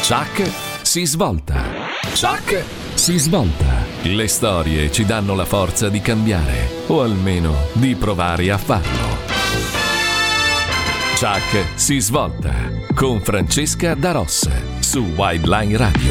Chuck si svolta. Chuck si svolta. Le storie ci danno la forza di cambiare, o almeno di provare a farlo. Chuck si svolta con Francesca Da Ross su Wildline Radio.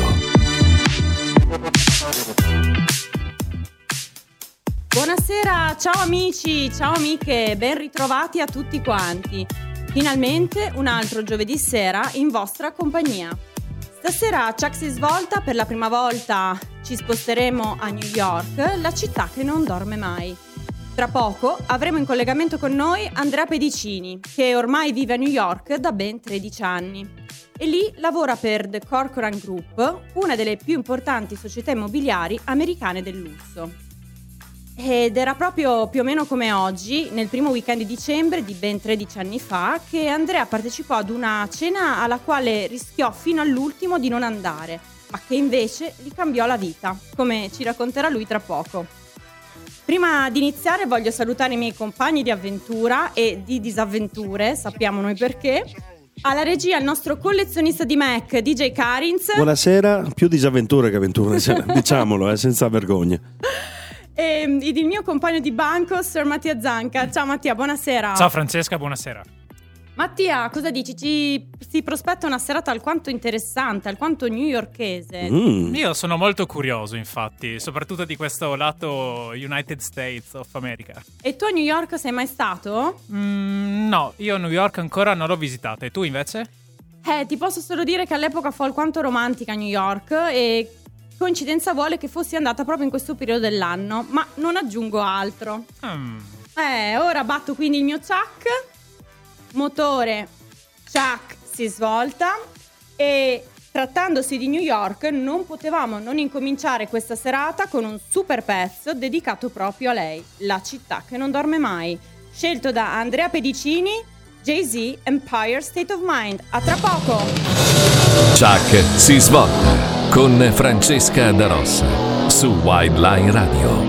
Buonasera, ciao amici, ciao amiche, ben ritrovati a tutti quanti. Finalmente un altro giovedì sera in vostra compagnia. Stasera Chuck si svolta, per la prima volta ci sposteremo a New York, la città che non dorme mai. Tra poco avremo in collegamento con noi Andrea Pedicini, che ormai vive a New York da ben 13 anni. E lì lavora per The Corcoran Group, una delle più importanti società immobiliari americane del lusso. Ed era proprio più o meno come oggi, nel primo weekend di dicembre di ben 13 anni fa, che Andrea partecipò ad una cena alla quale rischiò fino all'ultimo di non andare, ma che invece gli cambiò la vita, come ci racconterà lui tra poco. Prima di iniziare voglio salutare i miei compagni di avventura e di disavventure, sappiamo noi perché. Alla regia il nostro collezionista di Mac, DJ Karins. Buonasera, più disavventure che avventure, diciamolo, senza vergogna. E il mio compagno di banco, Sir Mattia Zanca. Ciao Mattia, buonasera. Ciao Francesca, buonasera. Mattia, cosa dici? Si prospetta una serata alquanto interessante, alquanto newyorkese. Io sono molto curioso, infatti, soprattutto di questo lato United States of America. E tu a New York sei mai stato? No, io a New York ancora non l'ho visitata. E tu invece? Ti posso solo dire che all'epoca fu alquanto romantica New York e coincidenza vuole che fossi andata proprio in questo periodo dell'anno, ma non aggiungo altro. Ora batto quindi il mio Chuck. Motore Chuck si svolta e trattandosi di New York non potevamo non incominciare questa serata con un super pezzo dedicato proprio a lei, la città che non dorme mai, scelto da Andrea Pedicini, Jay-Z, Empire State of Mind. A tra poco. Chuck si svolta con Francesca Da Ross su Wildline Radio.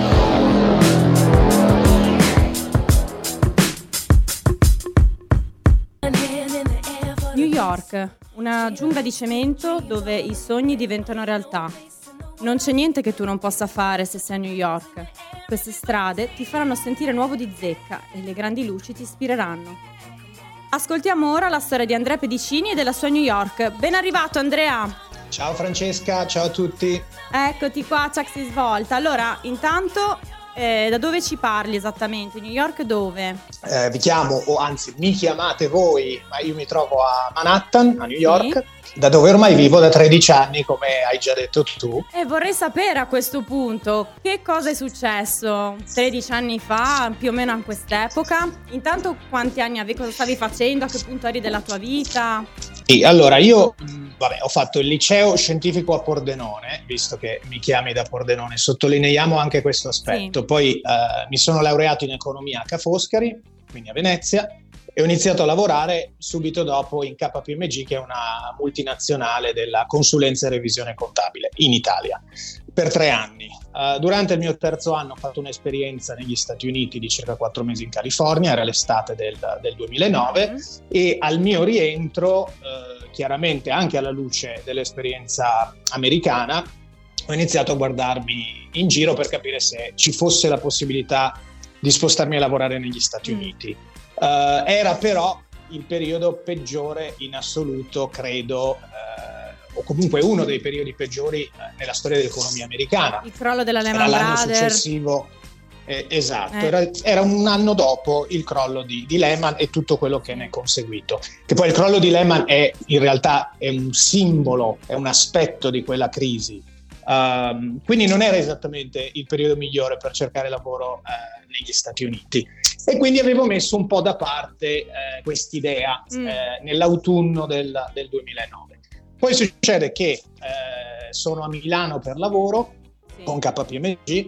New York, una giungla di cemento dove i sogni diventano realtà. Non c'è niente che tu non possa fare se sei a New York. Queste strade ti faranno sentire nuovo di zecca e le grandi luci ti ispireranno. Ascoltiamo ora la storia di Andrea Pedicini e della sua New York. Ben arrivato Andrea! Ciao Francesca, ciao a tutti. Eccoti qua, Chuck si svolta. Allora, intanto, da dove ci parli esattamente? New York dove? Vi chiamo, o anzi mi chiamate voi, ma io mi trovo a Manhattan, a New York, da dove ormai vivo da 13 anni, come hai già detto tu. E vorrei sapere a questo punto che cosa è successo 13 anni fa, più o meno a quest'epoca. Intanto quanti anni avevi, cosa stavi facendo, a che punto eri della tua vita? Sì, allora io ho fatto il liceo scientifico a Pordenone, visto che mi chiami da Pordenone, sottolineiamo anche questo aspetto. Sì. Poi mi sono laureato in economia a Ca' Foscari, quindi a Venezia, e ho iniziato a lavorare subito dopo in KPMG, che è una multinazionale della consulenza e revisione contabile in Italia, per 3 anni. Durante il mio terzo anno ho fatto un'esperienza negli Stati Uniti di circa 4 mesi in California, era l'estate del 2009, e al mio rientro, chiaramente anche alla luce dell'esperienza americana, ho iniziato a guardarmi in giro per capire se ci fosse la possibilità di spostarmi a lavorare negli Stati Uniti. Era però il periodo peggiore in assoluto, credo, o comunque uno dei periodi peggiori nella storia dell'economia americana. Il crollo della Lehman Era l'anno Brothers. successivo, esatto, era un anno dopo il crollo di Lehman e tutto quello che ne è conseguito. Che poi il crollo di Lehman in realtà è un simbolo, è un aspetto di quella crisi. Quindi non era esattamente il periodo migliore per cercare lavoro negli Stati Uniti, e quindi avevo messo un po' da parte quest'idea nell'autunno del 2009. Poi succede che sono a Milano per lavoro con KPMG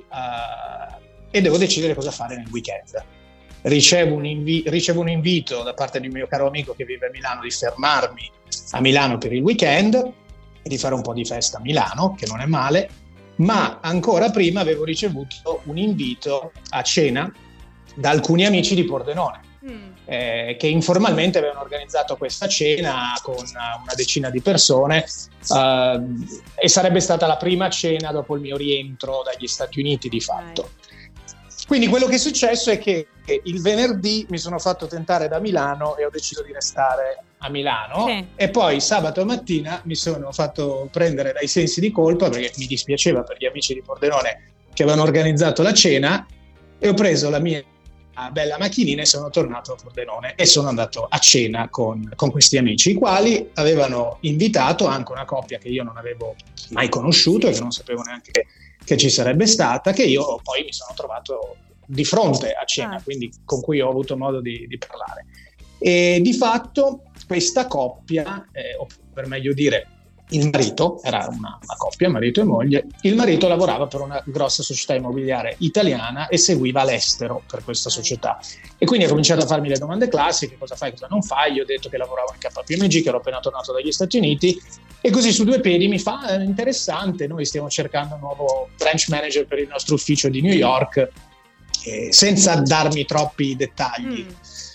e devo decidere cosa fare nel weekend. Ricevo un invito da parte di un mio caro amico che vive a Milano di fermarmi a Milano per il weekend e di fare un po' di festa a Milano, che non è male, ma ancora prima avevo ricevuto un invito a cena da alcuni amici di Pordenone. che informalmente avevano organizzato questa cena con una decina di persone, e sarebbe stata la prima cena dopo il mio rientro dagli Stati Uniti di fatto. Quindi quello che è successo è che il venerdì mi sono fatto tentare da Milano e ho deciso di restare a Milano, e poi sabato mattina mi sono fatto prendere dai sensi di colpa perché mi dispiaceva per gli amici di Pordenone che avevano organizzato la cena, e ho preso la mia bella macchinina e sono tornato a Pordenone e sono andato a cena con questi amici, i quali avevano invitato anche una coppia che io non avevo mai conosciuto e che non sapevo neanche che ci sarebbe stata, che io poi mi sono trovato di fronte a cena, quindi con cui ho avuto modo di parlare. E di fatto questa coppia, o per meglio dire il marito, era una coppia, marito e moglie, il marito lavorava per una grossa società immobiliare italiana e seguiva l'estero per questa società, e quindi ha cominciato a farmi le domande classiche: cosa fai, cosa non fai. Io ho detto che lavoravo in KPMG, che ero appena tornato dagli Stati Uniti, e così su due piedi mi fa: interessante, noi stiamo cercando un nuovo branch manager per il nostro ufficio di New York, senza darmi troppi dettagli.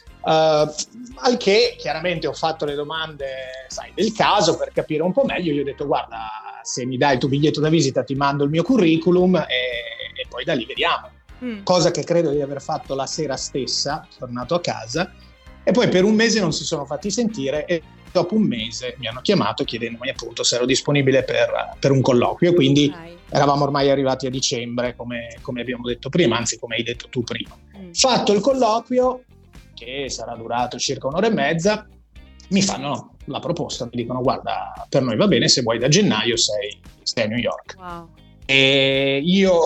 Al che chiaramente ho fatto le domande, sai, del caso per capire un po' meglio. Io ho detto: guarda, se mi dai il tuo biglietto da visita ti mando il mio curriculum e poi da lì vediamo. Cosa che credo di aver fatto la sera stessa, tornato a casa, e poi per un mese non si sono fatti sentire, e dopo un mese mi hanno chiamato chiedendomi appunto se ero disponibile per un colloquio, quindi eravamo ormai arrivati a dicembre, come abbiamo detto prima, anzi come hai detto tu prima. Fatto il colloquio, che sarà durato circa un'ora e mezza, mi fanno la proposta, mi dicono: guarda, per noi va bene, se vuoi da gennaio sei a New York. E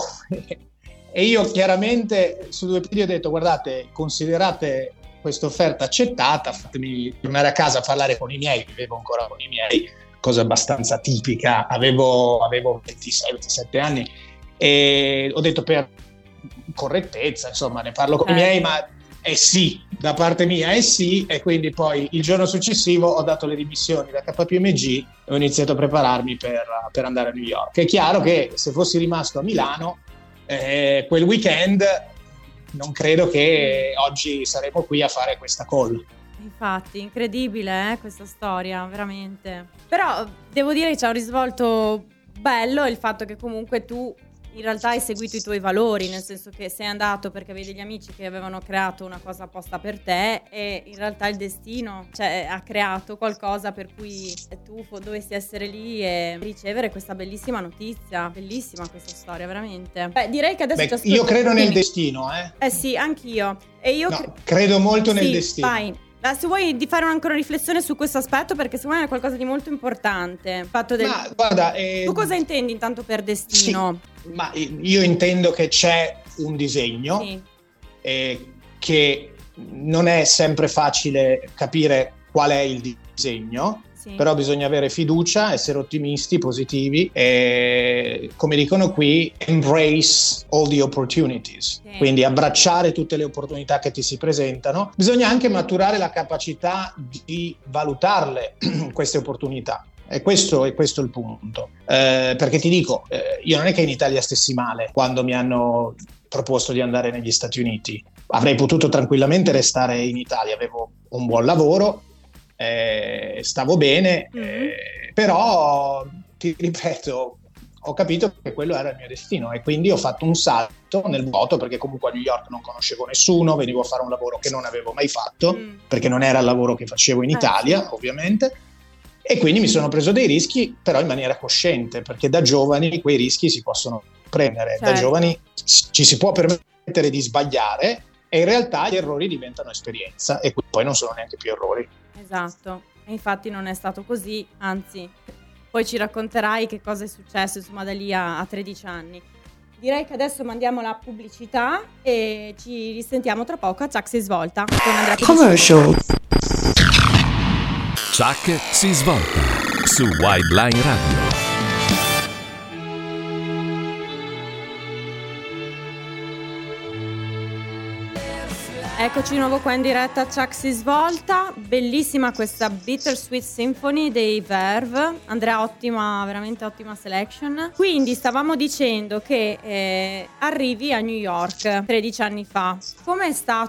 io chiaramente su due piedi ho detto: guardate, considerate questa offerta accettata, fatemi tornare a casa a parlare con i miei. Vivevo ancora con i miei, cosa abbastanza tipica, avevo 26-27 anni, e ho detto, per correttezza, insomma, ne parlo con i miei, ma sì, da parte mia è sì. E quindi poi il giorno successivo ho dato le dimissioni da KPMG e ho iniziato a prepararmi per andare a New York. È chiaro che se fossi rimasto a Milano quel weekend, non credo che oggi saremo qui a fare questa call. Infatti, incredibile questa storia, veramente. Però devo dire che c'è un risvolto bello il fatto che comunque tu in realtà hai seguito i tuoi valori, nel senso che sei andato perché avevi degli amici che avevano creato una cosa apposta per te, e in realtà il destino, cioè, ha creato qualcosa per cui tu dovessi essere lì e ricevere questa bellissima notizia. Bellissima questa storia, veramente. Direi che adesso io credo nel destino, sì, anch'io. E io credo molto nel destino. Vai. Se vuoi di fare ancora una riflessione su questo aspetto, perché secondo me è qualcosa di molto importante. Ma guarda, tu cosa intendi intanto per destino? Sì, ma io intendo che c'è un disegno, che non è sempre facile capire qual è il disegno, però bisogna avere fiducia, essere ottimisti, positivi, e, come dicono qui, embrace all the opportunities, quindi abbracciare tutte le opportunità che ti si presentano. Bisogna anche maturare la capacità di valutarle queste opportunità. E questo è il punto, perché ti dico, io non è che in Italia stessi male quando mi hanno proposto di andare negli Stati Uniti. Avrei potuto tranquillamente restare in Italia, avevo un buon lavoro, stavo bene, però ti ripeto, ho capito che quello era il mio destino, e quindi ho fatto un salto nel vuoto, perché comunque a New York non conoscevo nessuno, venivo a fare un lavoro che non avevo mai fatto, perché non era il lavoro che facevo in Italia, ovviamente. E quindi mi sono preso dei rischi, però in maniera cosciente, perché da giovani quei rischi si possono prendere. Da giovani ci si può permettere di sbagliare, e in realtà gli errori diventano esperienza, e poi non sono neanche più errori. Esatto, e infatti non è stato così, anzi, poi ci racconterai che cosa è successo, insomma, da lì a 13 anni. Direi che adesso mandiamo la pubblicità e ci risentiamo tra poco a Chuck si svolta con Andrea Commercial. Chuck si svolta su Wildline Radio. Eccoci di nuovo qua in diretta a Chuck si svolta. Bellissima questa Bittersweet Symphony dei Verve. Andrea, veramente ottima selection. Quindi stavamo dicendo che arrivi a New York 13 anni fa. Com'è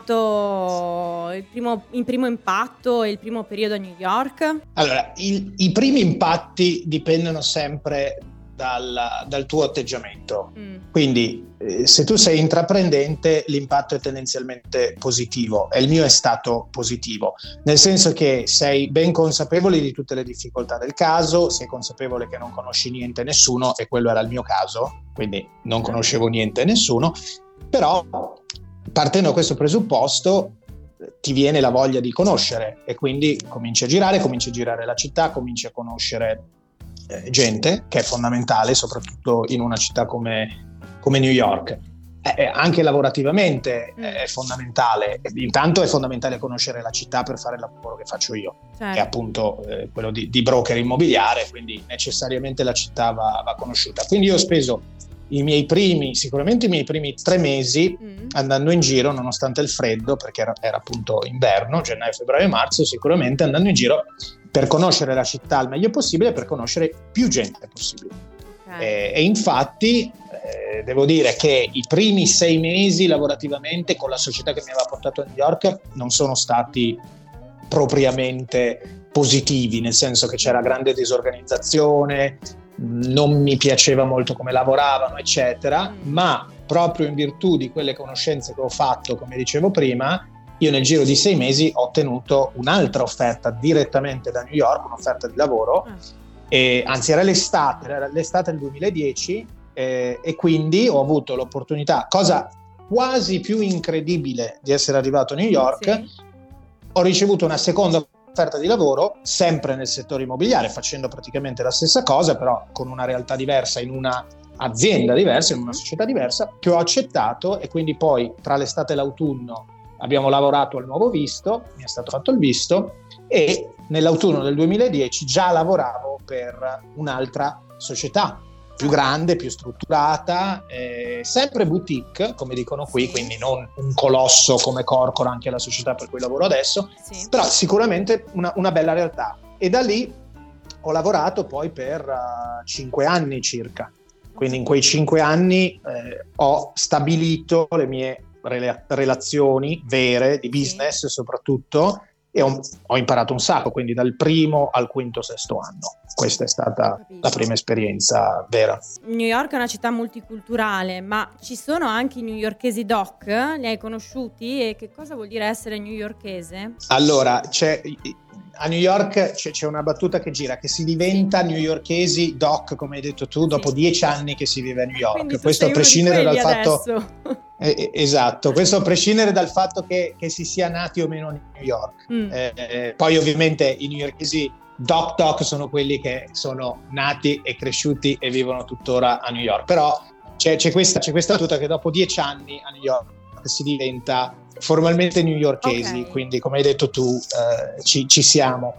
stato il primo impatto e il primo periodo a New York? Allora, i primi impatti dipendono sempre dal tuo atteggiamento. Quindi se tu sei intraprendente, l'impatto è tendenzialmente positivo, e il mio è stato positivo, nel senso che sei ben consapevole di tutte le difficoltà del caso, sei consapevole che non conosci niente e nessuno, e quello era il mio caso, quindi non conoscevo niente e nessuno, però partendo da questo presupposto ti viene la voglia di conoscere, e quindi cominci a girare la città, cominci a conoscere gente, che è fondamentale soprattutto in una città come New York. Anche lavorativamente è fondamentale. Intanto è fondamentale conoscere la città per fare il lavoro che faccio io, certo, che è appunto quello di broker immobiliare, quindi necessariamente la città va conosciuta. Quindi io ho speso sicuramente i miei primi 3 mesi andando in giro, nonostante il freddo, perché era appunto inverno, gennaio, febbraio e marzo, sicuramente andando in giro per conoscere la città al meglio possibile, per conoscere più gente possibile. E infatti devo dire che i primi 6 mesi lavorativamente con la società che mi aveva portato a New York non sono stati propriamente positivi, nel senso che c'era grande disorganizzazione, non mi piaceva molto come lavoravano, eccetera, ma proprio in virtù di quelle conoscenze che ho fatto, come dicevo prima, io nel giro di 6 mesi ho ottenuto un'altra offerta direttamente da New York, un'offerta di lavoro, anzi era l'estate del 2010, e quindi ho avuto l'opportunità, cosa quasi più incredibile di essere arrivato a New York, sì. Ho ricevuto una seconda offerta di lavoro, sempre nel settore immobiliare, facendo praticamente la stessa cosa, però con una realtà diversa, in una azienda diversa, in una società diversa, che ho accettato, e quindi poi tra l'estate e l'autunno abbiamo lavorato al nuovo visto, mi è stato fatto il visto, e nell'autunno del 2010 già lavoravo per un'altra società più grande, più strutturata, sempre boutique, come dicono qui, quindi non un colosso come Corcora, anche la società per cui lavoro adesso, però sicuramente una bella realtà. E da lì ho lavorato poi per 5 anni circa, quindi in quei 5 anni ho stabilito le mie relazioni vere di business soprattutto, e ho imparato un sacco, quindi dal primo al quinto, sesto anno. Questa è stata la prima esperienza vera. New York è una città multiculturale, ma ci sono anche i newyorkesi doc? Li hai conosciuti? E che cosa vuol dire essere newyorkese? Allora, a New York c'è una battuta che gira, che si diventa newyorkesi doc, come hai detto tu, dopo 10 anni che si vive a New York. Quindi questo a prescindere dal fatto esatto, questo a prescindere dal fatto che si sia nati o meno a New York. Poi ovviamente i newyorkesi doc sono quelli che sono nati e cresciuti e vivono tuttora a New York, però c'è questa battuta che dopo 10 anni a New York si diventa formalmente newyorkesi, quindi come hai detto tu ci siamo.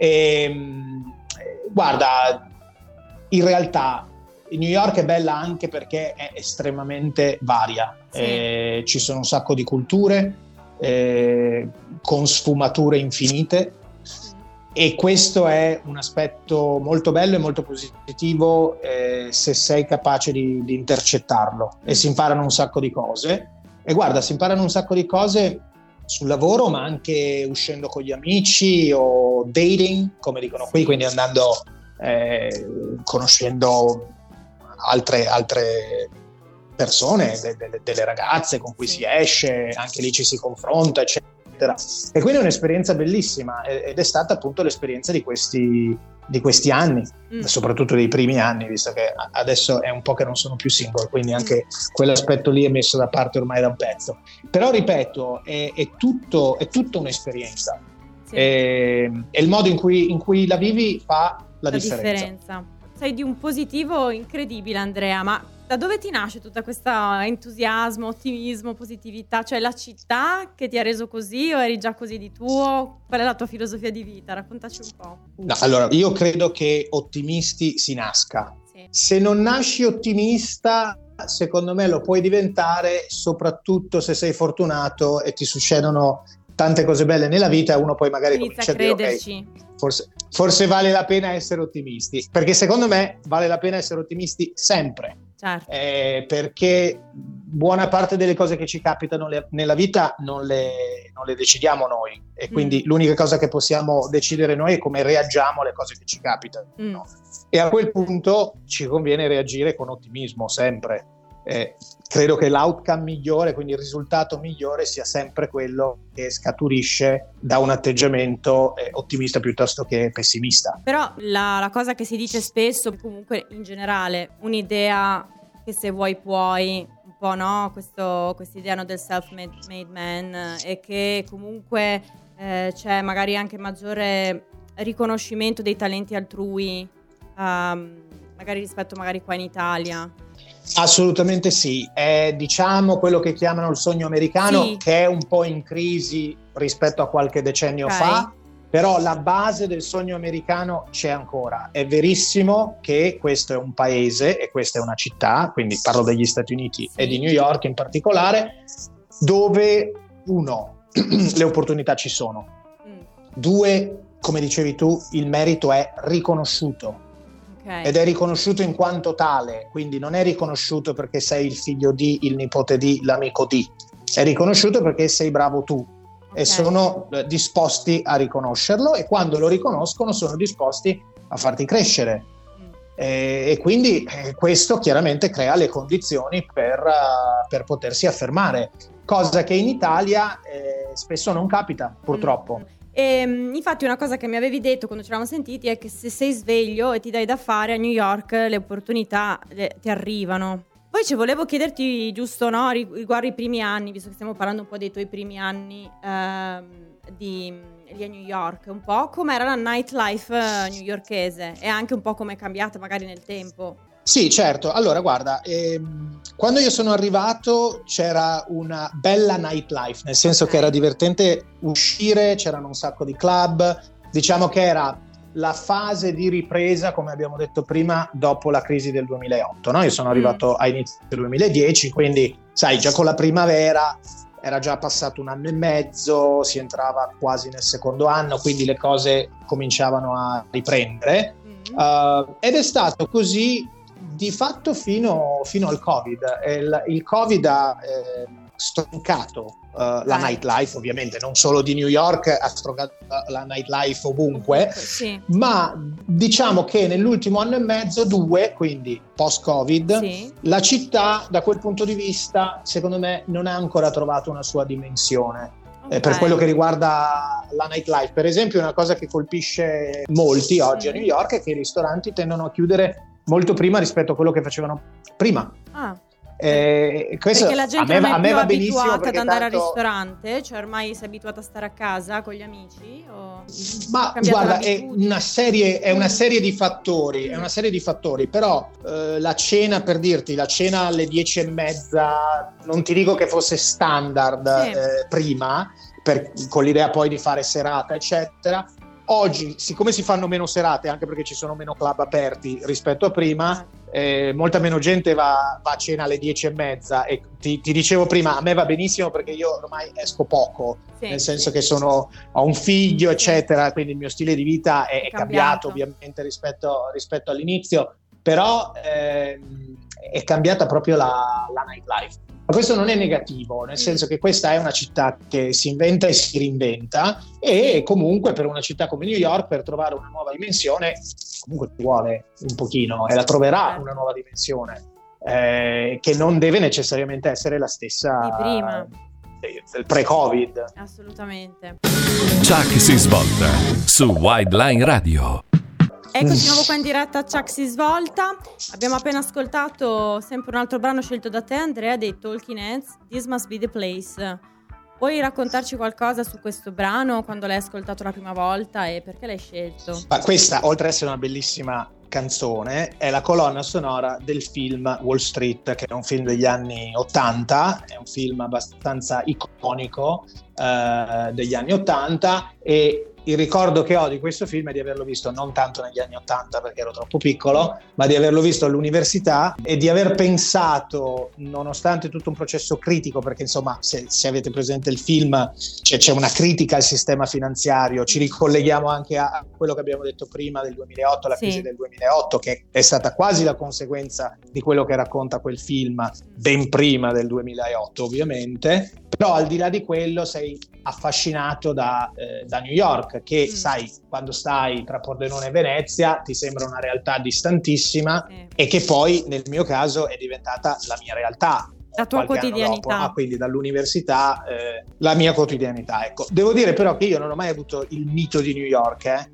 Guarda, in realtà New York è bella anche perché è estremamente varia, ci sono un sacco di culture con sfumature infinite, e questo è un aspetto molto bello e molto positivo se sei capace di intercettarlo, e si imparano un sacco di cose. E guarda, si imparano un sacco di cose sul lavoro, ma anche uscendo con gli amici o dating, come dicono qui, quindi andando conoscendo altre persone, delle ragazze con cui si esce, anche lì ci si confronta, eccetera. E quindi è un'esperienza bellissima, ed è stata appunto l'esperienza di questi anni, soprattutto dei primi anni, visto che adesso è un po' che non sono più single, quindi anche quell'aspetto lì è messo da parte ormai da un pezzo. Però ripeto, è tutta un'esperienza, e il modo in cui la vivi fa la differenza. Sei di un positivo incredibile, Andrea, ma da dove ti nasce tutta questa entusiasmo, ottimismo, positività? Cioè la città che ti ha reso così, o eri già così di tuo? Qual è la tua filosofia di vita? Raccontaci un po'. No, allora, io credo che ottimisti si nasca. Se non nasci ottimista, secondo me lo puoi diventare soprattutto se sei fortunato e ti succedono tante cose belle nella vita, e uno poi magari inizia a crederci. Forse vale la pena essere ottimisti, perché secondo me vale la pena essere ottimisti sempre. Certo. Perché buona parte delle cose che ci capitano nella vita non le decidiamo noi, e quindi l'unica cosa che possiamo decidere noi è come reagiamo alle cose che ci capitano. E a quel punto ci conviene reagire con ottimismo sempre. Credo che l'outcome migliore, quindi il risultato migliore, sia sempre quello che scaturisce da un atteggiamento ottimista piuttosto che pessimista. Però la cosa che si dice spesso, comunque in generale, un'idea che se vuoi puoi, un po', no? Quest'idea, no, del self-made man, e che comunque c'è magari anche maggiore riconoscimento dei talenti altrui, magari rispetto magari qua in Italia. Assolutamente sì, è diciamo quello che chiamano il sogno americano, sì, che è un po' in crisi rispetto a qualche decennio fa, però la base del sogno americano c'è ancora. È verissimo che questo è un paese e questa è una città, quindi parlo degli Stati Uniti e di New York in particolare, dove uno, le opportunità ci sono, due, come dicevi tu, il merito è riconosciuto. Ed è riconosciuto in quanto tale, quindi non è riconosciuto perché sei il figlio di, il nipote di, l'amico di, è riconosciuto perché sei bravo tu, e sono disposti a riconoscerlo, e quando lo riconoscono sono disposti a farti crescere, e quindi questo chiaramente crea le condizioni per potersi affermare, cosa che in Italia spesso non capita, purtroppo. E infatti una cosa che mi avevi detto quando ci eravamo sentiti è che se sei sveglio e ti dai da fare a New York, le opportunità ti arrivano. Poi volevo chiederti, giusto, no, riguardo i primi anni, visto che stiamo parlando un po' dei tuoi primi anni lì a New York, un po' com'era la nightlife newyorkese, e anche un po' come è cambiata magari nel tempo. Sì, certo. Allora, guarda, quando io sono arrivato c'era una bella nightlife, nel senso che era divertente uscire, c'erano un sacco di club, diciamo che era la fase di ripresa, come abbiamo detto prima, dopo la crisi del 2008, no? Io sono arrivato a inizio del 2010, quindi sai, già con la primavera era già passato un anno e mezzo, si entrava quasi nel secondo anno, quindi le cose cominciavano a riprendere, ed è stato così di fatto fino al Covid. Il Covid ha stroncato la nightlife, ovviamente non solo di New York, ha stroncato la nightlife ovunque, ma diciamo che nell'ultimo anno e mezzo, 2, quindi post-Covid, la città da quel punto di vista secondo me non ha ancora trovato una sua dimensione. Per quello che riguarda la nightlife, per esempio, una cosa che colpisce molti oggi a New York è che i ristoranti tendono a chiudere molto prima rispetto a quello che facevano prima. Questo perché la gente non è più abituata ad andare tanto... al ristorante, cioè ormai sei abituata a stare a casa con gli amici? Ma guarda, è una serie di fattori, però la cena, per dirti, la cena alle 10:30, non ti dico che fosse standard prima, con l'idea poi di fare serata, eccetera. Oggi, siccome si fanno meno serate, anche perché ci sono meno club aperti rispetto a prima, molta meno gente va a cena alle 10:30, e ti dicevo prima, a me va benissimo perché io ormai esco poco, nel senso che ho un figlio, eccetera, quindi il mio stile di vita è cambiato ovviamente rispetto all'inizio, però è cambiata proprio la nightlife. Ma questo non è negativo, nel senso che questa è una città che si inventa e si reinventa, e comunque per una città come New York, per trovare una nuova dimensione, comunque ci vuole un pochino, e la troverà una nuova dimensione, che non deve necessariamente essere la stessa di prima, del pre-Covid. Assolutamente. Chuck si svolta su Wildline Radio. Eccoci di nuovo qua in diretta a Chuck si svolta. Abbiamo appena ascoltato sempre un altro brano scelto da te, Andrea, dei Talking Heads, This Must Be the Place. Puoi raccontarci qualcosa su questo brano, quando l'hai ascoltato la prima volta e perché l'hai scelto? Ma questa, oltre ad essere una bellissima canzone, è la colonna sonora del film Wall Street, che è un film degli anni 80, è un film abbastanza iconico degli anni 80, e il ricordo che ho di questo film è di averlo visto non tanto negli anni '80 perché ero troppo piccolo, ma di averlo visto all'università e di aver pensato, nonostante tutto un processo critico, perché insomma se avete presente il film c'è una critica al sistema finanziario, ci ricolleghiamo anche a quello che abbiamo detto prima del 2008, la crisi del 2008, che è stata quasi la conseguenza di quello che racconta quel film ben prima del 2008 ovviamente, però al di là di quello sei affascinato da New York, che sai, quando stai tra Pordenone e Venezia ti sembra una realtà distantissima e che poi nel mio caso è diventata la mia realtà, la tua quotidianità. Quindi dall'università la mia quotidianità, ecco. Devo dire però che io non ho mai avuto il mito di New York,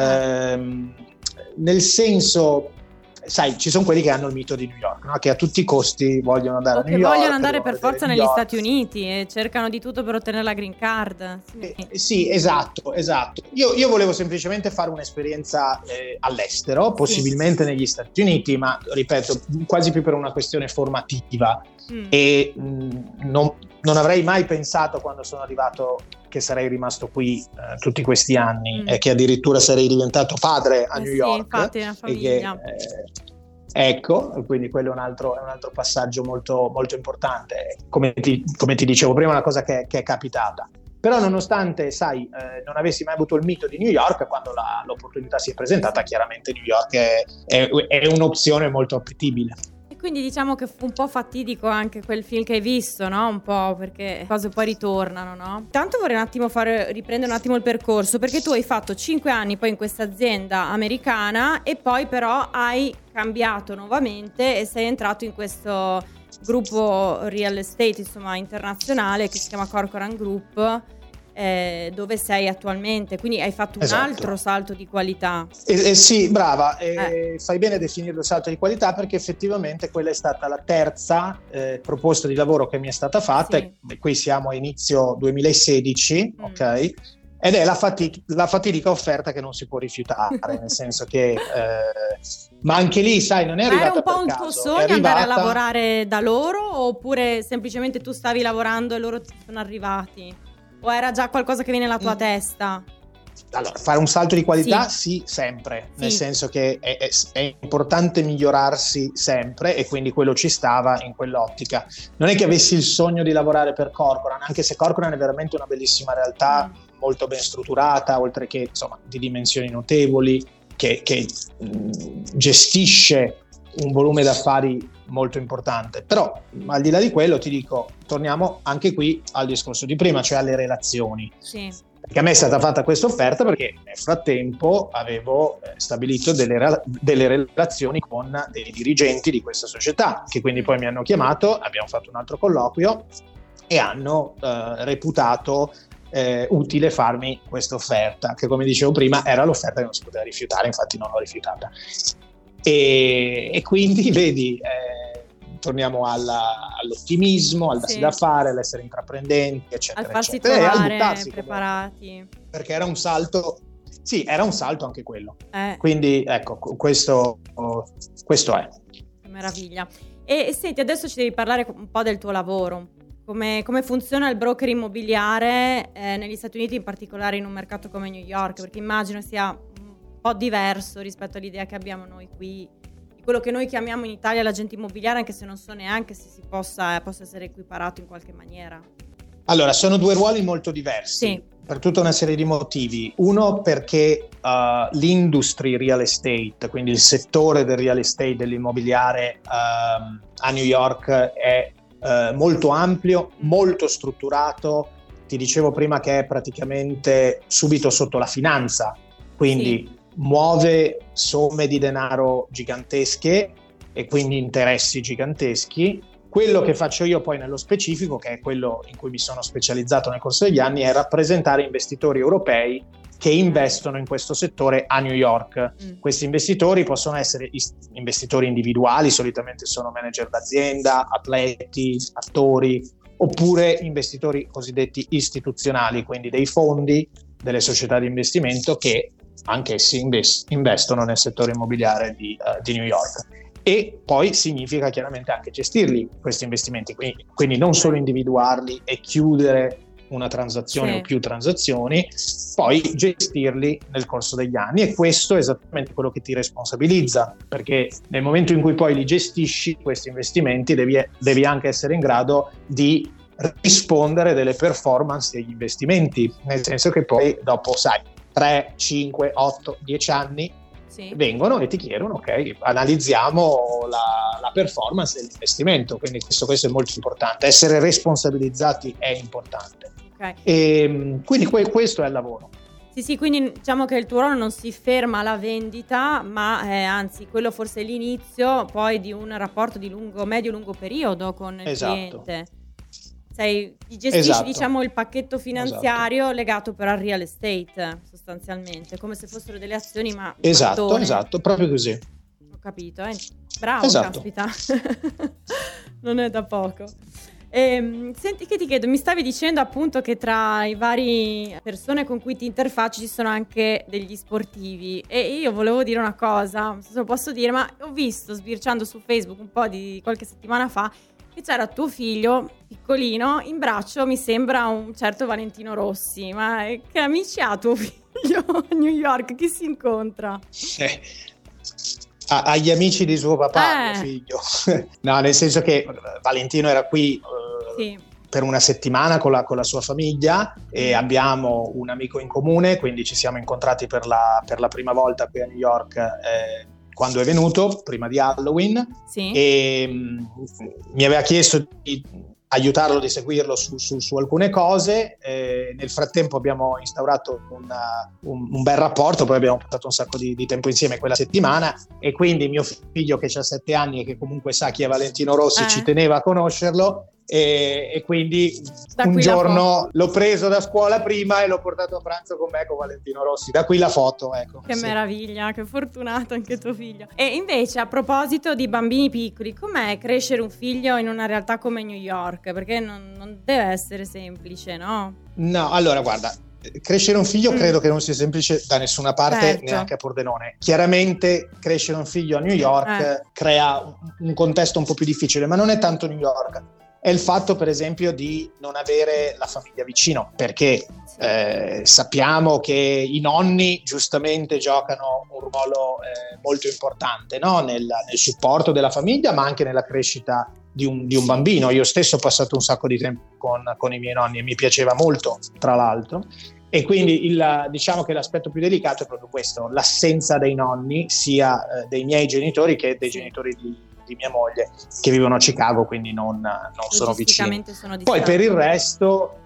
nel senso, sai, ci sono quelli che hanno il mito di New York, no? Che a tutti i costi vogliono andare a New York. Che vogliono andare per forza negli Stati Uniti e cercano di tutto per ottenere la green card. Sì, esatto. Io volevo semplicemente fare un'esperienza all'estero, possibilmente negli Stati Uniti, ma ripeto, quasi più per una questione formativa. E non avrei mai pensato quando sono arrivato che sarei rimasto qui tutti questi anni e che addirittura sarei diventato padre a New York. Infatti, una famiglia. Ecco, quindi quello è un altro passaggio molto, molto importante. Come ti dicevo prima, è una cosa che è capitata. Però nonostante, sai, non avessi mai avuto il mito di New York, quando l'opportunità si è presentata, chiaramente New York è un'opzione molto appetibile. Quindi diciamo che fu un po' fatidico anche quel film che hai visto, no? Un po', perché le cose poi ritornano, no? Tanto vorrei un attimo riprendere un attimo il percorso, perché tu hai fatto 5 anni poi in questa azienda americana e poi però hai cambiato nuovamente e sei entrato in questo gruppo real estate, insomma, internazionale, che si chiama Corcoran Group, dove sei attualmente, quindi hai fatto un altro salto di qualità. Sì, brava, fai bene a definirlo salto di qualità, perché effettivamente quella è stata la terza proposta di lavoro che mi è stata fatta, e qui siamo a inizio 2016, ok? Ed è la fatidica offerta che non si può rifiutare, nel senso che ma anche lì, sai, non è arrivata era un po' un caso, tuo sogno andare a lavorare da loro, oppure semplicemente tu stavi lavorando e loro ti sono arrivati? O era già qualcosa che viene nella tua testa? Allora, fare un salto di qualità sì sempre, nel senso che è importante migliorarsi sempre, e quindi quello ci stava in quell'ottica. Non è che avessi il sogno di lavorare per Corcoran, anche se Corcoran è veramente una bellissima realtà, molto ben strutturata, oltre che insomma di dimensioni notevoli, che gestisce un volume d'affari molto importante. Però al di là di quello ti dico, torniamo anche qui al discorso di prima, cioè alle relazioni. Perché a me è stata fatta questa offerta perché nel frattempo avevo stabilito delle relazioni con dei dirigenti di questa società, che quindi poi mi hanno chiamato, abbiamo fatto un altro colloquio e hanno reputato utile farmi questa offerta, che come dicevo prima era l'offerta che non si poteva rifiutare, infatti non l'ho rifiutata. E quindi vedi, torniamo all'ottimismo, al darsi da fare, all'essere intraprendenti, eccetera, al farsi eccetera, trovare preparati, perché era un salto, sì, era un salto anche quello. Quindi ecco, questo è. Che meraviglia. E senti, adesso ci devi parlare un po' del tuo lavoro. Come funziona il broker immobiliare negli Stati Uniti, in particolare in un mercato come New York, perché immagino sia un po' diverso rispetto all'idea che abbiamo noi qui, di quello che noi chiamiamo in Italia l'agente immobiliare, anche se non so neanche se si possa essere equiparato in qualche maniera. Allora, sono due ruoli molto diversi, per tutta una serie di motivi. Uno, perché l'industry real estate, quindi il settore del real estate, dell'immobiliare a New York è molto ampio, molto strutturato. Ti dicevo prima che è praticamente subito sotto la finanza, quindi muove somme di denaro gigantesche e quindi interessi giganteschi. Quello che faccio io poi nello specifico, che è quello in cui mi sono specializzato nel corso degli anni, è rappresentare investitori europei che investono in questo settore a New York. Questi investitori possono essere investitori individuali, solitamente sono manager d'azienda, atleti, attori, oppure investitori cosiddetti istituzionali, quindi dei fondi, delle società di investimento che anch'essi investono nel settore immobiliare di New York. E poi significa chiaramente anche gestirli questi investimenti, quindi non solo individuarli e chiudere una transazione sì, o più transazioni, poi gestirli nel corso degli anni, e questo è esattamente quello che ti responsabilizza, perché nel momento in cui poi li gestisci questi investimenti devi anche essere in grado di rispondere delle performance degli investimenti, nel senso che poi dopo, sai, 3, 5, 8, 10 anni sì. vengono e ti chiedono, ok, analizziamo la performance dell'investimento, quindi questo è molto importante, essere responsabilizzati è importante. Okay. E quindi questo è il lavoro. Sì, quindi diciamo che il tuo ruolo non si ferma alla vendita, ma anzi quello forse è l'inizio poi di un rapporto di medio-lungo periodo con il cliente. Gestisci Esatto. diciamo il pacchetto finanziario legato però al real estate, sostanzialmente, come se fossero delle azioni, ma Esatto, proprio così. Ho capito, bravo, esatto. Caspita. Non è da poco. Senti, che ti chiedo, mi stavi dicendo appunto che tra i vari persone con cui ti interfacci ci sono anche degli sportivi, e io volevo dire una cosa, non so se lo posso dire, ma ho visto sbirciando su Facebook un po' di qualche settimana fa che c'era tuo figlio piccolino in braccio, mi sembra un certo Valentino Rossi. Ma che amici ha tuo figlio a New York? Chi si incontra? Agli amici di suo papà, mio figlio. No, nel senso che Valentino era qui sì, per una settimana con la sua famiglia, e abbiamo un amico in comune, quindi ci siamo incontrati per la prima volta qui a New York quando è venuto, prima di Halloween, sì. E mi aveva chiesto di aiutarlo, di seguirlo su alcune cose. Nel frattempo abbiamo instaurato un bel rapporto, poi abbiamo passato un sacco di tempo insieme quella settimana, e quindi mio figlio, che ha 7 anni e che comunque sa chi è Valentino Rossi, ci teneva a conoscerlo, e quindi un giorno l'ho preso da scuola prima e l'ho portato a pranzo con me con Valentino Rossi, da qui la foto, ecco. Che meraviglia, che fortunato anche tuo figlio. E invece, a proposito di bambini piccoli, com'è crescere un figlio in una realtà come New York? Perché non deve essere semplice, no? No, allora guarda, crescere un figlio credo che non sia semplice da nessuna parte, certo, neanche a Pordenone. Chiaramente crescere un figlio a New York crea un contesto un po' più difficile, ma non è tanto New York. È il fatto, per esempio, di non avere la famiglia vicino, perché sappiamo che i nonni giustamente giocano un ruolo molto importante, no? nel supporto della famiglia, ma anche nella crescita di un bambino. Io stesso ho passato un sacco di tempo con i miei nonni e mi piaceva molto, tra l'altro. E quindi diciamo che l'aspetto più delicato è proprio questo, l'assenza dei nonni, sia dei miei genitori che dei genitori di mia moglie, che vivono a Chicago, quindi non sono vicini. Poi per il resto,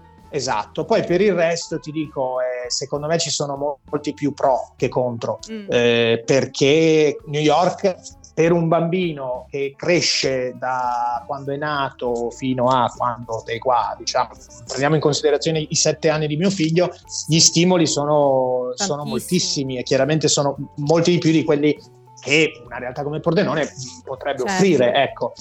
ti dico, secondo me ci sono molti più pro che contro, perché New York, per un bambino che cresce da quando è nato fino a quando è qua, diciamo, prendiamo in considerazione i 7 anni di mio figlio, gli stimoli sono moltissimi, e chiaramente sono molti di più di quelli che una realtà come Pordenone potrebbe offrire, ecco.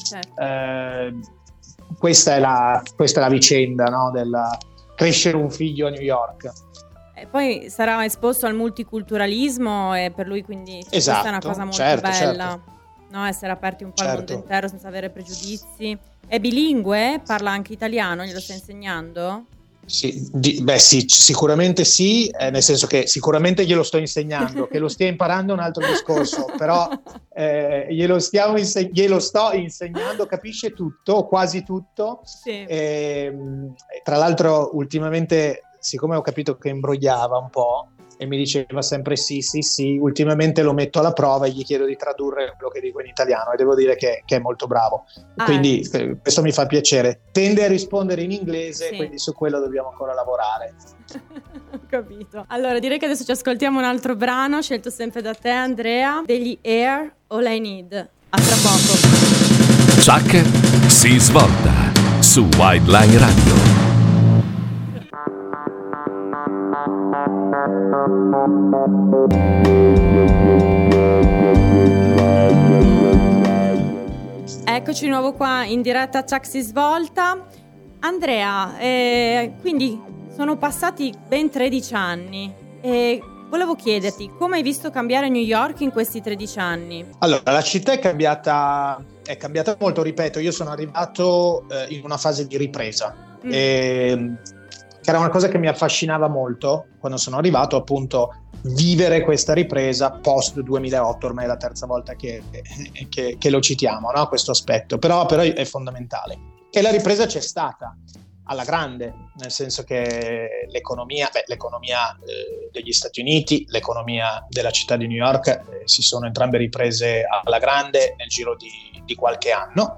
Questa è la vicenda, no, del crescere un figlio a New York. E poi sarà esposto al multiculturalismo, e per lui quindi questa è una cosa molto bella, certo. No? Essere aperti un po' al mondo intero senza avere pregiudizi. È bilingue? Parla anche italiano? Glielo stai insegnando? Sì, sicuramente sì, nel senso che sicuramente glielo sto insegnando, che lo stia imparando è un altro discorso, però glielo sto insegnando, capisce tutto, quasi tutto. Sì. Tra l'altro ultimamente, siccome ho capito che imbrogliava un po' e mi diceva sempre sì, ultimamente lo metto alla prova e gli chiedo di tradurre quello che dico in italiano, e devo dire che è molto bravo, quindi questo mi fa piacere. Tende a rispondere in inglese, quindi su quello dobbiamo ancora lavorare. Ho capito. Allora direi che adesso ci ascoltiamo un altro brano scelto sempre da te, Andrea, degli Air, All I Need. A tra poco. Chuck si svolta su Wildline Radio. Eccoci di nuovo qua in diretta a Chuck si svolta. Andrea, quindi sono passati ben 13 anni e volevo chiederti come hai visto cambiare New York in questi 13 anni? Allora, la città è cambiata molto, ripeto, io sono arrivato in una fase di ripresa. che era una cosa che mi affascinava molto quando sono arrivato, appunto vivere questa ripresa post 2008, ormai è la terza volta che lo citiamo, no? Questo aspetto, però è fondamentale. E la ripresa c'è stata alla grande, nel senso che l'economia degli Stati Uniti, l'economia della città di New York si sono entrambe riprese alla grande nel giro di qualche anno.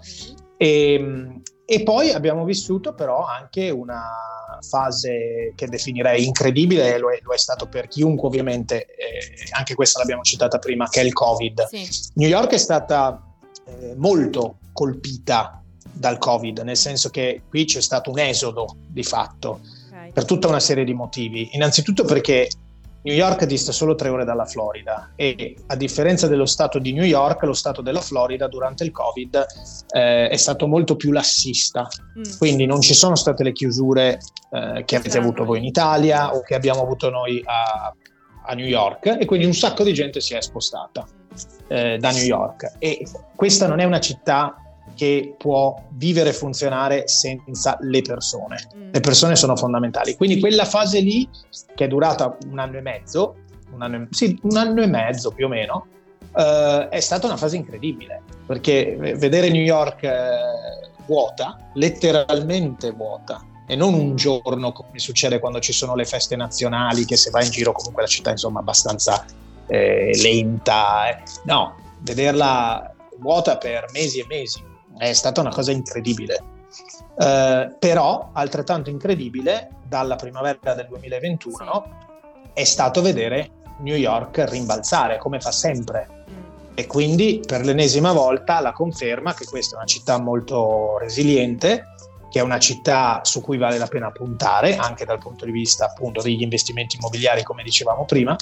E poi abbiamo vissuto però anche una fase che definirei incredibile, lo è stato per chiunque ovviamente, anche questa l'abbiamo citata prima, che è il Covid. Sì. New York è stata molto colpita dal Covid, nel senso che qui c'è stato un esodo di fatto, per tutta una serie di motivi. Innanzitutto perché New York dista solo 3 ore dalla Florida e a differenza dello stato di New York, lo stato della Florida durante il Covid è stato molto più lassista, quindi non ci sono state le chiusure che avete avuto voi in Italia o che abbiamo avuto noi a New York, e quindi un sacco di gente si è spostata da New York, e questa non è una città che può vivere e funzionare senza le persone. Le persone sono fondamentali. Quindi quella fase lì, che è durata un anno e mezzo più o meno, è stata una fase incredibile, perché vedere New York vuota, letteralmente vuota, e non un giorno come succede quando ci sono le feste nazionali, che se vai in giro comunque la città insomma abbastanza lenta. No, vederla vuota per mesi e mesi è stata una cosa incredibile, però altrettanto incredibile dalla primavera del 2021 è stato vedere New York rimbalzare come fa sempre, e quindi per l'ennesima volta la conferma che questa è una città molto resiliente, che è una città su cui vale la pena puntare anche dal punto di vista appunto degli investimenti immobiliari, come dicevamo prima.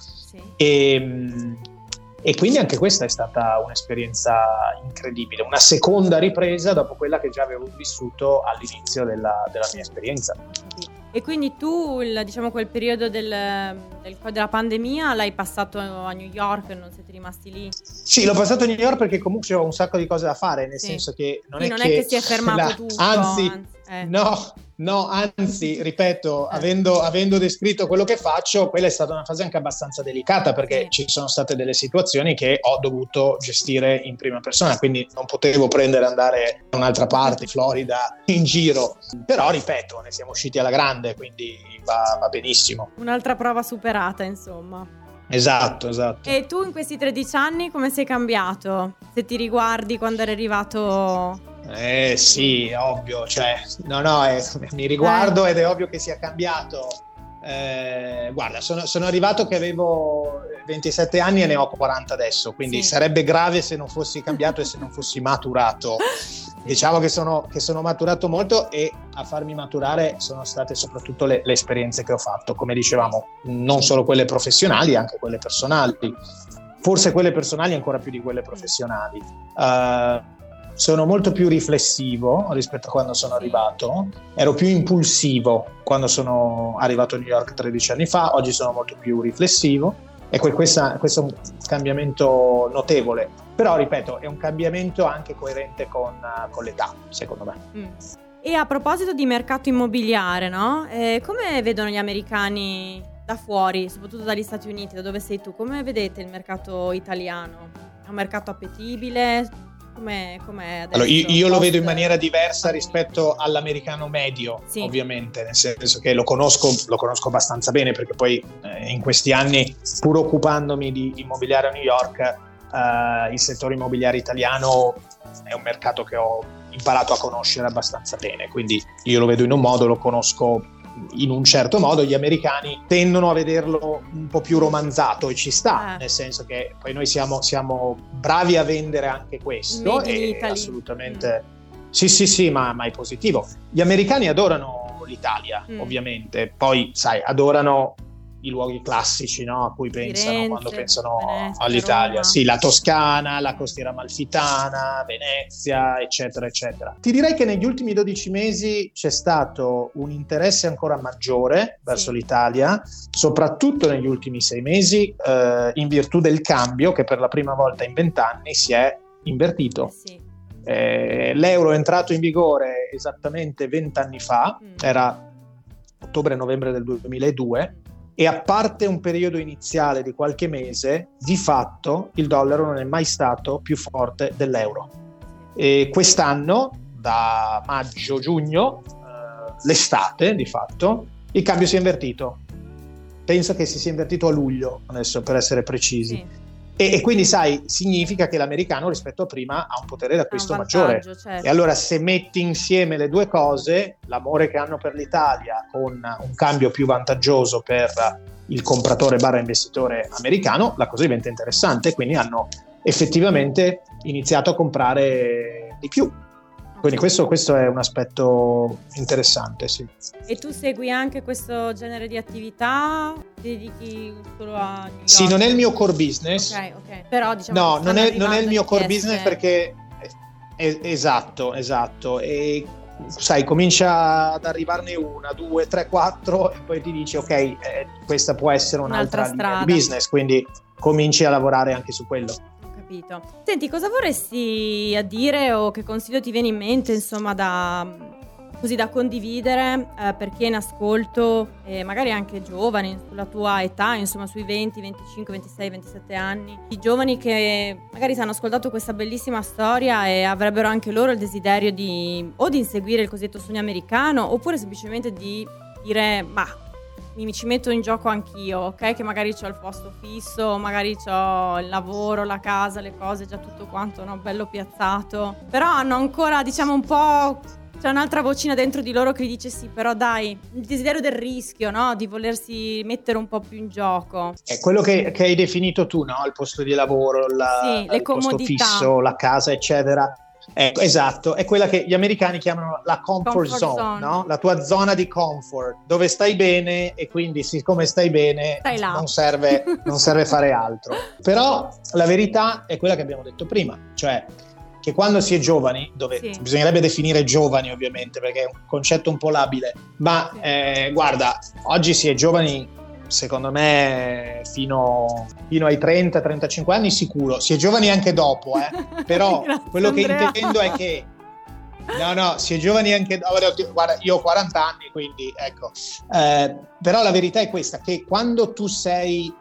E quindi anche questa è stata un'esperienza incredibile, una seconda ripresa dopo quella che già avevo vissuto all'inizio della mia esperienza. E quindi tu, quel periodo della pandemia l'hai passato a New York, non siete rimasti lì? Sì, l'ho passato a New York perché comunque c'era un sacco di cose da fare, nel senso che non è che si è fermato tutto. Anzi. No, anzi, ripeto, avendo descritto quello che faccio, quella è stata una fase anche abbastanza delicata, perché ci sono state delle situazioni che ho dovuto gestire in prima persona, quindi non potevo andare da un'altra parte, Florida, in giro. Però, ripeto, ne siamo usciti alla grande, quindi va benissimo. Un'altra prova superata, insomma. Esatto. E tu in questi 13 anni come sei cambiato? Se ti riguardi quando eri arrivato... Sì, ovvio, mi riguardo ed è ovvio che sia cambiato. Guarda, sono arrivato che avevo 27 anni e ne ho 40 adesso, quindi sarebbe grave se non fossi cambiato e se non fossi maturato. Diciamo che sono maturato molto, e a farmi maturare sono state soprattutto le esperienze che ho fatto, come dicevamo, non solo quelle professionali, anche quelle personali, forse quelle personali ancora più di quelle professionali. Sono molto più riflessivo rispetto a quando sono arrivato, ero più impulsivo quando sono arrivato a New York 13 anni fa, oggi sono molto più riflessivo, e questo è un cambiamento notevole, però ripeto è un cambiamento anche coerente con l'età, secondo me. E a proposito di mercato immobiliare, no? Come vedono gli americani da fuori, soprattutto dagli Stati Uniti, da dove sei tu? Come vedete il mercato italiano? È un mercato appetibile? Com'è adesso? Allora, io lo vedo in maniera diversa rispetto all'americano medio, ovviamente, nel senso che lo conosco abbastanza bene, perché poi in questi anni, pur occupandomi di immobiliare a New York, il settore immobiliare italiano è un mercato che ho imparato a conoscere abbastanza bene, quindi io lo vedo in un modo, lo conosco in un certo modo. Gli americani tendono a vederlo un po' più romanzato, e ci sta, nel senso che poi noi siamo bravi a vendere anche questo, e assolutamente sì, ma è positivo. Gli americani adorano l'Italia, ovviamente, poi sai, adorano i luoghi classici, no, a cui pensano Firenze, quando pensano Venezia, all'Italia. Roma. Sì, la Toscana, la costiera amalfitana, Venezia, eccetera, eccetera. Ti direi che negli ultimi 12 mesi c'è stato un interesse ancora maggiore verso l'Italia, soprattutto negli ultimi 6 mesi, in virtù del cambio che per la prima volta in 20 anni si è invertito. L'euro è entrato in vigore esattamente 20 anni fa, era ottobre-novembre del 2002, e a parte un periodo iniziale di qualche mese, di fatto il dollaro non è mai stato più forte dell'euro. E quest'anno, da maggio-giugno, l'estate di fatto, il cambio si è invertito. Penso che si sia invertito a luglio, adesso per essere precisi. Sì. E quindi sai, significa che l'americano rispetto a prima ha un potere d'acquisto maggiore. Certo. E allora se metti insieme le due cose, l'amore che hanno per l'Italia con un cambio più vantaggioso per il compratore / investitore americano, la cosa diventa interessante, quindi hanno effettivamente iniziato a comprare di più. Quindi questo è un aspetto interessante, sì. E tu segui anche questo genere di attività? Ti dedichi solo a New York? Sì, non è il mio core business. Ok. Però diciamo no, non è il mio core richieste. business perché esatto. E sai, comincia ad arrivarne 1, 2, 3, 4 e poi ti dici ok, questa può essere un'altra linea di business, quindi cominci a lavorare anche su quello. Senti, cosa vorresti dire o che consiglio ti viene in mente, insomma, da condividere per chi è in ascolto, magari anche giovani, sulla tua età, insomma sui 20, 25, 26, 27 anni, i giovani che magari hanno ascoltato questa bellissima storia e avrebbero anche loro il desiderio di inseguire il cosiddetto sogno americano, oppure semplicemente di dire mi ci metto in gioco anch'io, ok? Che magari c'ho il posto fisso, magari c'ho il lavoro, la casa, le cose, già tutto quanto, no? Bello piazzato. Però hanno ancora, diciamo, un po'... C'è un'altra vocina dentro di loro che gli dice sì, però dai, il desiderio del rischio, no? Di volersi mettere un po' più in gioco. È quello che hai definito tu, no? Il posto di lavoro, il posto fisso, la casa, eccetera. Esatto, è quella che gli americani chiamano la comfort zone, no? La tua zona di comfort, dove stai bene e quindi siccome stai bene non serve fare altro. Però la verità è quella che abbiamo detto prima, cioè che quando si è giovani, dove bisognerebbe definire giovani ovviamente perché è un concetto un po' labile, ma guarda, oggi si è giovani secondo me fino ai 30-35 anni sicuro, si è giovani anche dopo, però quello che intendo è che si è giovani anche guarda, io ho 40 anni, quindi ecco, però la verità è questa, che quando tu sei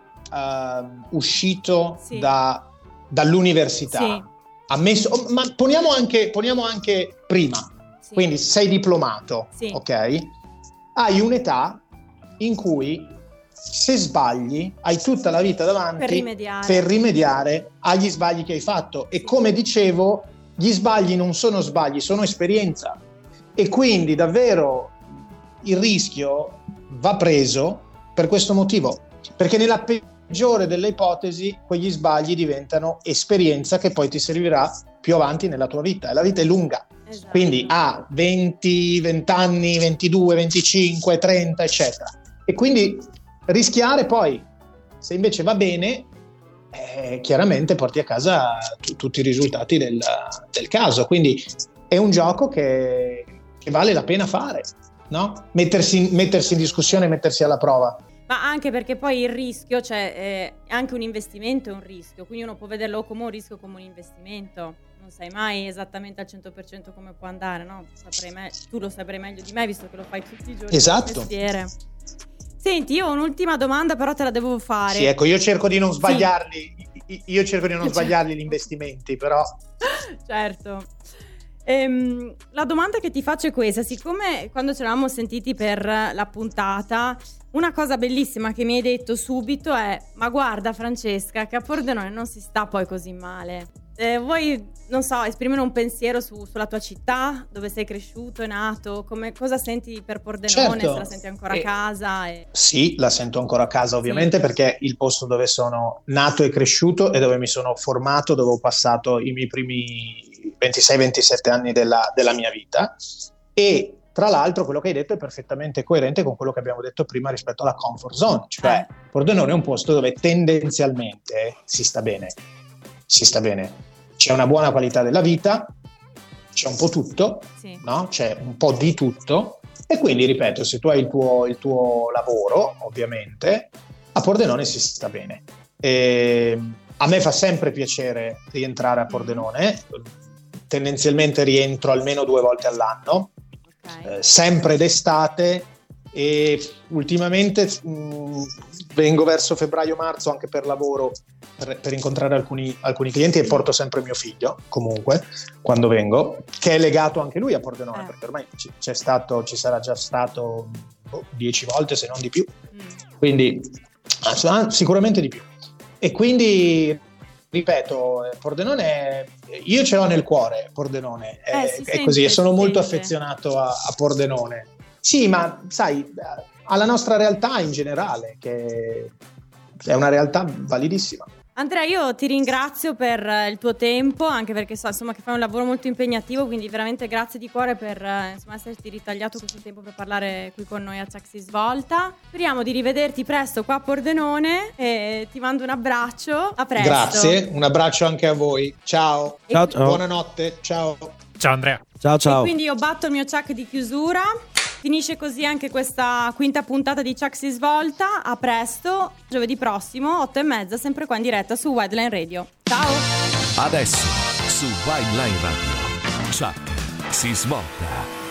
uscito dall'università, ammesso, ma poniamo anche prima, quindi sei diplomato, ok? Hai un'età in cui se sbagli hai tutta la vita davanti per rimediare agli sbagli che hai fatto, e come dicevo gli sbagli non sono sbagli, sono esperienza, e quindi davvero il rischio va preso per questo motivo, perché nella peggiore delle ipotesi quegli sbagli diventano esperienza che poi ti servirà più avanti nella tua vita, e la vita è lunga. Esatto. Quindi a 20 anni, 22, 25, 30 eccetera, e quindi rischiare, poi se invece va bene chiaramente porti a casa tutti i risultati del caso, quindi è un gioco che vale la pena fare, no? Mettersi in discussione, mettersi alla prova. Ma anche perché poi il rischio, cioè anche un investimento è un rischio, quindi uno può vederlo come un rischio, come un investimento. Non sai mai esattamente al 100% come può andare, no? Tu lo saprai meglio di me, visto che lo fai tutti i giorni. Esatto. Senti, io ho un'ultima domanda, però te la devo fare. Sì, ecco, io cerco di non sbagliarli. Io cerco di non sbagliarli gli investimenti, però. Certo. La domanda che ti faccio è questa: siccome quando ci eravamo sentiti per la puntata, una cosa bellissima che mi hai detto subito è: ma guarda Francesca, che a Pordenone non si sta poi così male. Vuoi, non so, esprimere un pensiero sulla tua città, dove sei cresciuto, è nato, cosa senti per Pordenone, certo. Se la senti ancora a casa? Sì, la sento ancora a casa ovviamente, perché è il posto dove sono nato e cresciuto e dove mi sono formato, dove ho passato i miei primi 26-27 anni della mia vita. E tra l'altro quello che hai detto è perfettamente coerente con quello che abbiamo detto prima rispetto alla comfort zone, cioè Pordenone è un posto dove tendenzialmente si sta bene, c'è una buona qualità della vita, c'è un po' tutto, no? C'è un po' di tutto, e quindi ripeto, se tu hai il tuo lavoro, ovviamente a Pordenone si sta bene. A me fa sempre piacere rientrare a Pordenone, tendenzialmente rientro almeno 2 volte all'anno, sempre d'estate, e ultimamente vengo verso febbraio-marzo anche per lavoro per incontrare alcuni clienti, e porto sempre mio figlio comunque quando vengo, che è legato anche lui a Pordenone, perché ormai ci sarà già stato 10 volte se non di più, quindi sicuramente di più. E quindi ripeto, Pordenone io ce l'ho nel cuore, Pordenone è così, e sono molto affezionato a Pordenone. Sì, ma sai, alla nostra realtà in generale, che è una realtà validissima. Andrea, io ti ringrazio per il tuo tempo, anche perché so insomma che fai un lavoro molto impegnativo, quindi veramente grazie di cuore per esserti ritagliato questo tempo per parlare qui con noi a Chuck si svolta. Speriamo di rivederti presto qua a Pordenone e ti mando un abbraccio. A presto. Grazie, un abbraccio anche a voi. Ciao. Ciao. Buonanotte. Ciao. Ciao Andrea. Ciao. E quindi io batto il mio Chuck di chiusura. Finisce così anche questa quinta puntata di Chuck si svolta. A presto, giovedì prossimo 8:30, sempre qua in diretta su Wildline Radio. Ciao. Adesso su Wildline Radio, Chuck si svolta.